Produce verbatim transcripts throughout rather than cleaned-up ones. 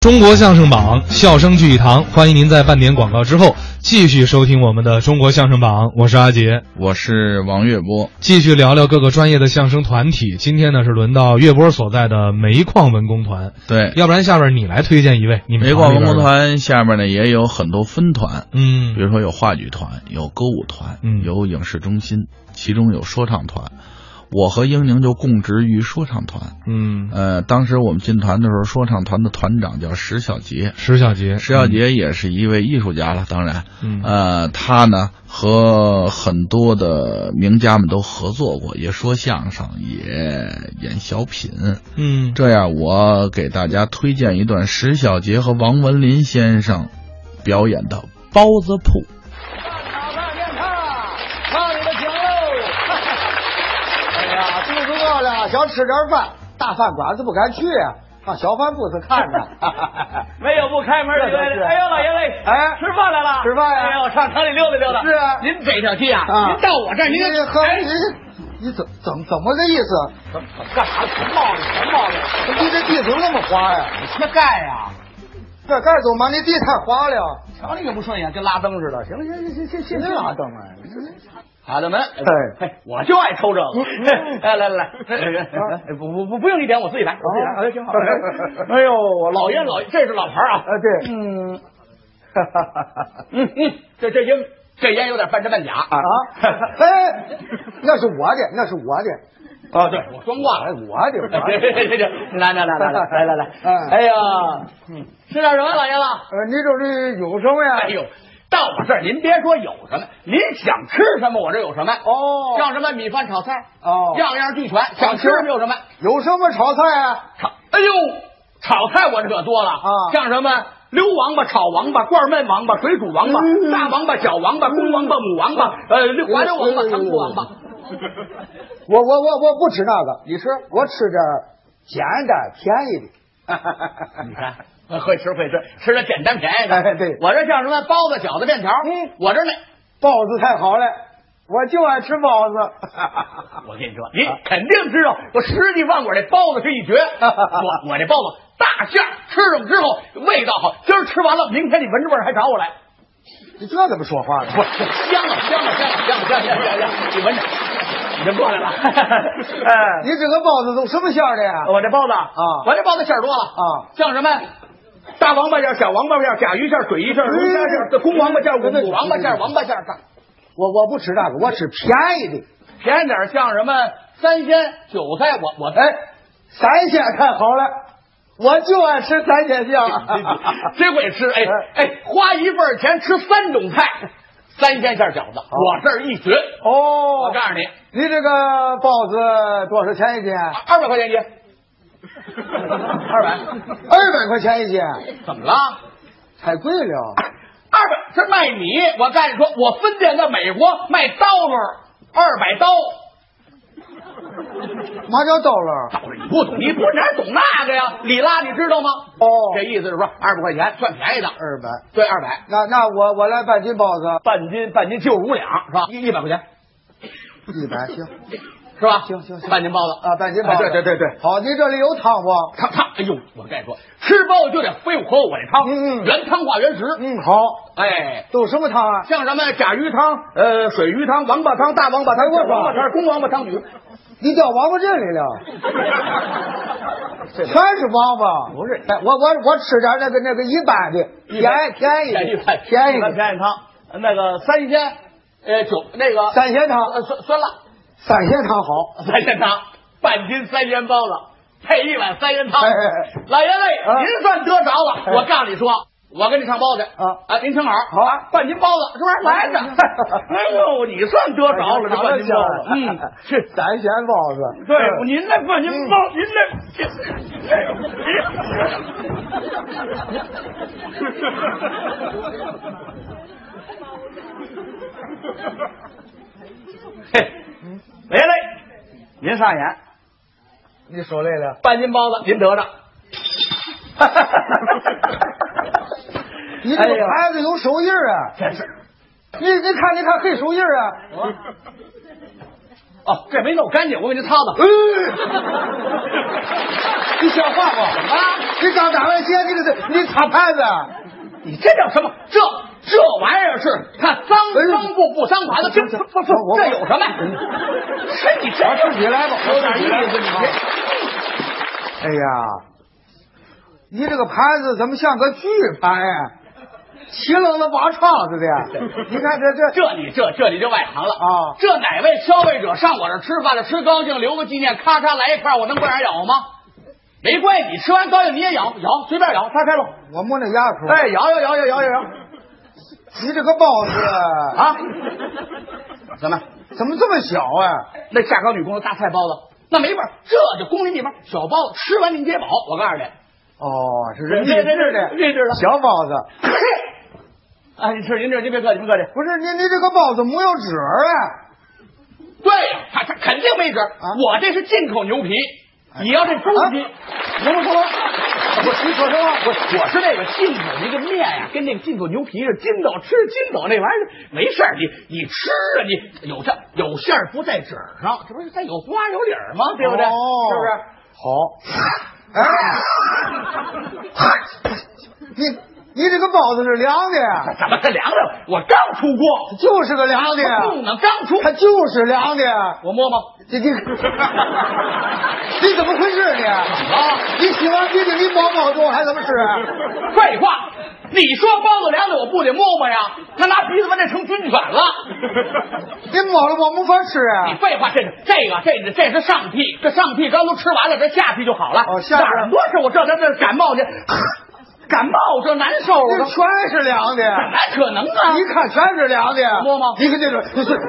中国相声榜，笑声聚一堂，欢迎您在半点广告之后继续收听我们的中国相声榜。我是阿杰， 我是王月波， 继续聊聊各个专业的相声团体。今天呢是轮到月波所在的煤矿文工团。 对， 要不然下边你来推荐一位。你们煤矿文工团下面呢也有很多分团， 嗯， 比如说有话剧团，有歌舞团， 嗯， 有影视中心，其中有说唱团。我和英宁就供职于说唱团， 嗯， 呃，当时我们进团的时候，说唱团的团长叫石小杰， 石小杰， 石小杰也是一位艺术家了，当然， 嗯， 呃，他呢和很多的名家们都合作过，也说相声，也演小品， 嗯， 这样我给大家推荐一段石小杰和王文林先生表演的包子铺。 想吃点饭，大饭馆子不敢去啊，让小饭部子看着。 没有不开门的原因。哎呦，老爷嘞， 哎， 吃饭来了， 吃饭呀！ 哎呦，上城里溜达溜达。 是啊， 您这条街啊，您到我这儿，您喝，你你怎怎怎么个意思？ 怎么干啥？什么毛病？什么毛病？ 你这地怎么那么滑呀？ 你缺盖呀！ 这盖怎么？你地太滑了， 瞧你也不顺眼，跟拉灯似的。行了，行行行行行， 拉灯啊！ 好的门， 哎嘿，我就爱抽这个。来来来，不不不不用你点，我自己来，我自己来，哎，挺好。哎呦，老爷老爷，这是老牌啊。 啊，对， 嗯，嗯嗯，这这烟这烟有点半真半假啊。 哎，那是我的，那是我的。 哦，对，我双挂了， 我的。 这这这，来来来来来来来来，哎呀，嗯，吃点什么，老爷子？ 呃，你这里有什么呀？ 哎呦。到我这儿，您别说有什么，您想吃什么，我这有什么。 哦， 像什么米饭、炒菜， 哦， 样样俱全。想吃什么有什么？ 有什么炒菜啊？ 炒，哎呦，炒菜我这可多了啊！ 像什么溜王八、炒王八、罐焖王八、水煮王八、 嗯、 大王八、小王八、公王八、母王八，呃，滑溜王八、糖醋王八。 我我我我不吃那个，你吃？我吃点简单便宜的。 你看。会吃会吃，吃的简单便宜的。 哎，对， 我这像什么包子、饺子、面条。 嗯， 我这那包子太好了，我就爱吃包子。 我跟你说，你肯定知道，我十几万管这包子是一绝。我我这包子大馅，吃了之后味道好，今儿吃完了，明天你闻着味儿还找我来。 你这怎么说话呢？ 不，香啊香啊香啊香啊香香香香，你闻着。你这过来了， 哎，你这个包子都什么馅的呀？ 我这包子啊， 我这包子馅多了啊， 像什么大王八馅、小王八馅、甲鱼馅、水鱼馅、龙虾馅、公王八馅、母王八馅、王八馅。 我我不吃那个，我吃便宜的， 便宜点像什么三鲜、韭菜，我我哎，三鲜太好了，我就爱吃三鲜馅， 真会吃，哎哎，花一份钱吃三种菜。三鲜馅饺子，我这儿一绝哦！ 我告诉你， 你这个包子多少钱一斤？ 二百块钱一斤，二百， 二百块钱一斤， 怎么了？ 太贵了。 二百，这卖米，我告诉你说，我分店在美国卖刀轮，二百刀。 嘛叫刀轮？ 刀轮你不懂，你不哪懂那个呀？里拉你知道吗？ 哦， 这意思是说二百块钱算便宜的， 二百， 对，二百。 那那我我来半斤包子， 半斤半斤就五两是吧？一一百块钱， 一百行。 是吧？ 行行行， 半斤包子啊，半斤包子， 对对对对。 好，你这里有汤不？ 汤汤，哎呦，我跟你说，吃包子就得非喝我这汤， 嗯嗯， 原汤化原食， 嗯，好， 哎， 都什么汤啊？ 像什么甲鱼汤、呃水鱼汤、王八汤、大王八汤、小王八汤、公王八汤鱼， 你掉王八阵里了，全是王八， 不是？ 哎，我我我吃点那个那个一般的，便便宜便宜便宜便宜汤，那个三鲜，呃酒那个三鲜汤， 呃酸酸辣。 三鲜汤好， 三鲜汤，半斤三鲜包子配一碗三鲜汤。 哎哎哎老爷子， 啊、 您算得着了。哎、我告诉你说，我跟你上包去啊啊！您听好， 好啊， 半斤包子是不是？来着。哎呦，你算得着了，这半斤包子，嗯， 是三鲜包子。 对，您那半斤包，您那，嘿。来来，您上演， 你说累了， 半斤包子您得着。 你这个牌子有手印啊， 真是。 你你看你看黑手印啊。 哦，这没弄干净，我给您擦擦。 你像话不？ 啊， 你刚打完鞋，你这这你擦盘子， 你这叫什么？这这玩意儿是看脏脏不不脏盘子，这不不这有什么？是你这自己来吧， 有点意思，你这。 哎呀，你这个盘子怎么像个巨盘呀？齐楞了挖叉子的，你看这这这你这这你就外行了啊！ 这哪位消费者上我这吃饭了，吃高兴留个纪念，咔嚓来一块，我能不让人咬吗？没关系，你吃完高兴你也咬咬，随便咬，拆开喽。 我摸那牙口， 哎，咬咬咬咬咬咬咬。 你这个包子啊，怎么怎么这么小啊？ 那下岗女工的大菜包子，那没法，这就工人地方小包子，吃完您解饱。我告诉你， 哦，是人这这这的这这小包子。 啊，你吃您这，您别客气，别客气。 不是你你这个包子没有褶啊？ 对呀，他他肯定没褶。我这是进口牛皮，你要这猪皮，能不能说？不，你说实话，我我是那个进口那个面呀，跟那个进口牛皮是筋斗吃筋斗那玩意儿没事儿，你你吃啊，你有这有馅儿不在褶上，这不是它有瓜有理儿吗？对不对？ 哦、 是不是？ 好。哎，你。你这个包子是凉的呀？ 怎么是凉的？我刚出锅， 就是个凉的呀。 不能刚出， 它就是凉的。 我摸摸， 这你你怎么回事呢？啊，你洗完鼻涕你摸包子我还怎么吃？ 废话，你说包子凉的我不得摸摸呀？他拿鼻子把这成军犬了。 你摸了我没法吃啊！ 你废话，这个这个这个这是上屉，这上屉刚都吃完了，这下屉就好了。 哦，下很多事我这这这感冒去。感冒这难受， 这全是凉的， 哪可能啊？ 你看全是凉的， 摸摸， 你看这个，你是，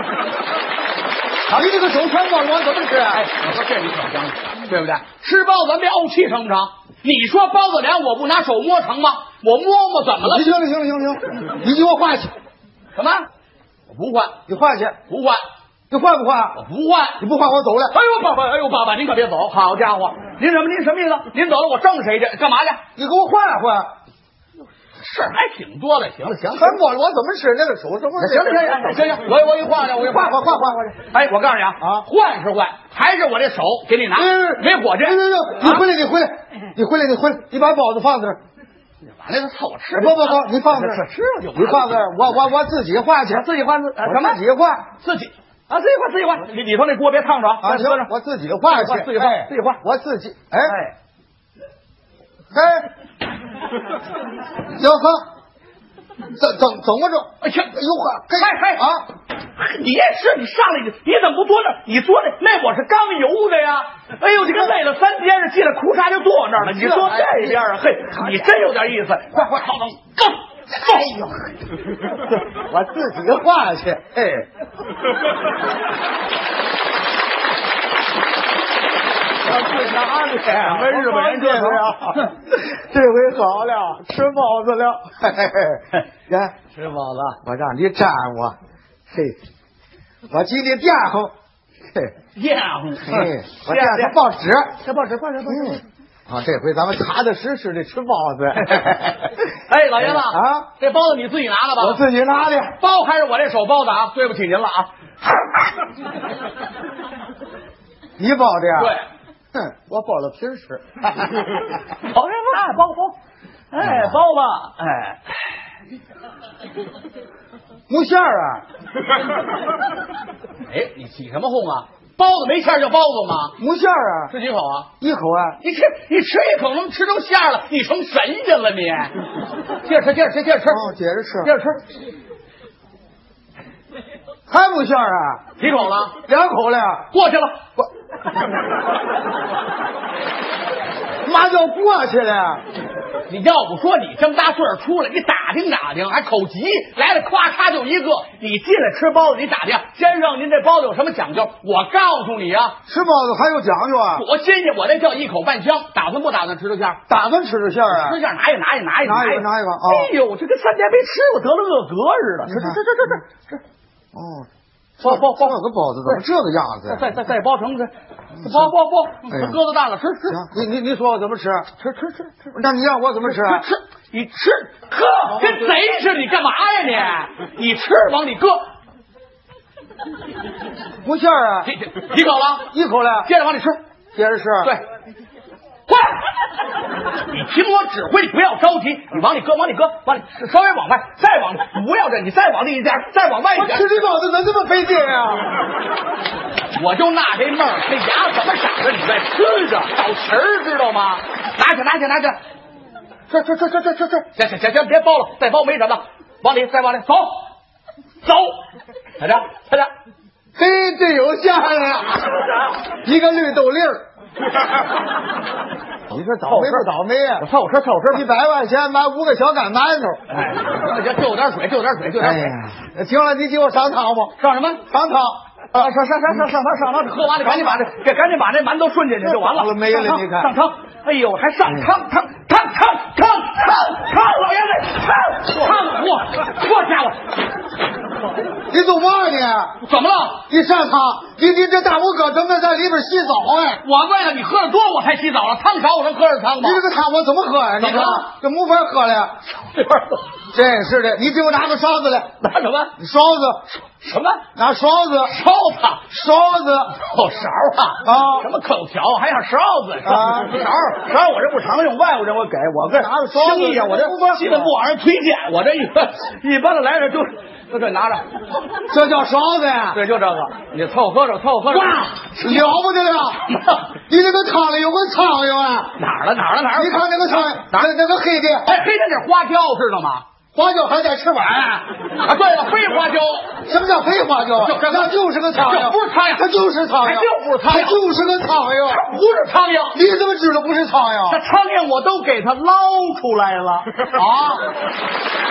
你这个手全摸，我怎么吃？ 哎，我说这你可香，对不对？吃包子咱别怄气成不成？你说包子凉，我不拿手摸成吗？我摸摸怎么了？ 行了行了行了行了，你给我换去。 什么？我不换， 你换去， 不换。 你换不换？ 我不换， 你不换我走了。 哎呦爸爸，哎呦爸爸，您可别走！好家伙，您什么？您什么意思？您走了，我挣谁去？干嘛去？ 你给我换换。 事儿还挺多的。行了行了， 全摸了，我怎么吃？那个手怎么？ 行了行了行行，我我给你换了，我给你换换换换换。 哎，我告诉你啊， 啊， 换是换，还是我这手给你拿，没火气。 你回来，你回来，你回来，你回来，你把包子放这儿。 完了，凑合吃。 不不不，你放这儿， 吃就你放这儿，我我我自己换去， 自己换自什么？自己换， 自己。啊，自己换，自己换，里里头那锅别烫着啊！行，我自己换去， 自己换，自己换， 我自己。哎哎，小何，怎怎怎么着？ 哎呀， 哎呦呵， 嗨嗨啊！ 你也是，你上来你你怎么不坐那？你坐那那我是刚游的呀！哎呦，你跟累了三天似的，进来裤衩就坐那儿了。你坐这边啊？嘿，你真有点意思！快快，好，走。 哎呦，我自己画去，哎，我去哪里？ 跟日本人这呀，这回好了，吃包子了。嘿嘿嘿，来吃包子， 我让你沾我，嘿，我今天垫乎，嘿， 垫乎， 嘿，我垫上报纸， 这报纸，报纸，报纸。 啊，这回咱们踏踏实实的吃包子。 哎，老爷子啊， 这包子你自己拿的吧？ 我自己拿的， 包还是我这手包的啊？对不起您了啊。 你包的呀？ 对， 哼，我包了皮儿吃。 好人哎，包包，哎，包吧，哎， 没馅儿啊？ 哎，你起什么哄啊？包子没馅儿叫包子吗？ 没馅儿啊？ 吃几口啊？ 一口啊？ 你吃，你吃一口能吃成馅儿了？你成神仙了你？接着吃，接着吃，接着吃， 哦，接着吃， 接着吃， 还没馅儿啊？ 几口了？ 两口了， 过去了。 过，嘛叫过去了？ 你要不说你这么大岁数出来，你打听打听，还口急来了，咵嚓就一个。你进来吃包子，你打听先生，您这包子有什么讲究？我告诉你啊， 吃包子还有讲究啊！ 多新鲜！我这叫一口半香，打算不打算吃着馅儿？ 打算吃着馅儿啊？ 吃馅儿拿一个，拿一个，拿一个， 拿一个，拿一个啊！ 哎呦，这跟三天没吃过得了饿嗝似的。吃吃吃吃吃吃。 哦， 包包包， 这个包子怎么这个样子？ 再再再包成这，包包包，疙瘩大了，吃吃。 你你你说我怎么吃？ 吃吃吃吃。 那你让我怎么吃？ 吃，你吃，呵，跟贼似的，你干嘛呀你？你吃往里搁。 不馅儿啊， 一口了， 一口了， 接着往里吃， 接着吃。 对，快！你听我指挥，你不要着急，你往里搁，往里搁，往里稍微往外，再往里，不要这，你再往里一点，再往外一点。 我吃这包子怎么这么费劲呀？ 我就纳这闷儿，这牙怎么长着你在吃着，找气儿知道吗？拿去，拿去，拿去。这这这这这这这，行行行行，别包了，再包没什么，往里再往里走走，快点快点， 嘿，这有下来了，一个绿豆粒儿。你说倒霉不倒霉啊？ 我凑合吃凑合吃， 一百块钱买五个小干馒头。 哎，那就就点水，就点水，就点水。 哎呀，行了，你给我上汤吧。 上什么？ 上汤。 啊，上上上上上汤上汤，喝完了赶紧把这给赶紧把这馒头顺进去就完了。 没了，你看上汤，哎呦，还上汤汤汤汤汤汤汤，老爷子汤汤，我我家伙， 你做嘛呢？ 怎么了？ 你上汤，你你这大拇哥怎么在里边洗澡哎？ 我为了你喝的多，我才洗澡了。汤少我能喝着汤吗？ 你这个汤我怎么喝呀？你看这没法喝了。 这边真是的，你给我拿个勺子来。 拿什么？ 勺子。 什么？ 拿勺子。 勺子。 勺子。 哦，勺啊！ 啊， 什么口条还要勺子？ 啊， 勺勺我这不常用，外国人我给我这拿着勺子生意啊，我这基本不往人推荐。我这一般一般的来人就就这拿着， 这叫勺子呀？ 对，就这个，你凑合着凑合着。 哇，了不得了！你这个汤里有个苍蝇啊！ 哪儿了哪儿了哪儿？ 你看那个苍蝇，哪那个黑的？ 哎，黑的这花椒知道吗？ 花椒还在吃完啊？对了，非花椒。 什么叫非花椒？ 就那就是个苍蝇， 不是苍蝇， 它就是苍蝇， 就不是苍蝇， 它就是个苍蝇， 它不是苍蝇。 你怎么知道不是苍蝇？ 这苍蝇我都给它捞出来了啊！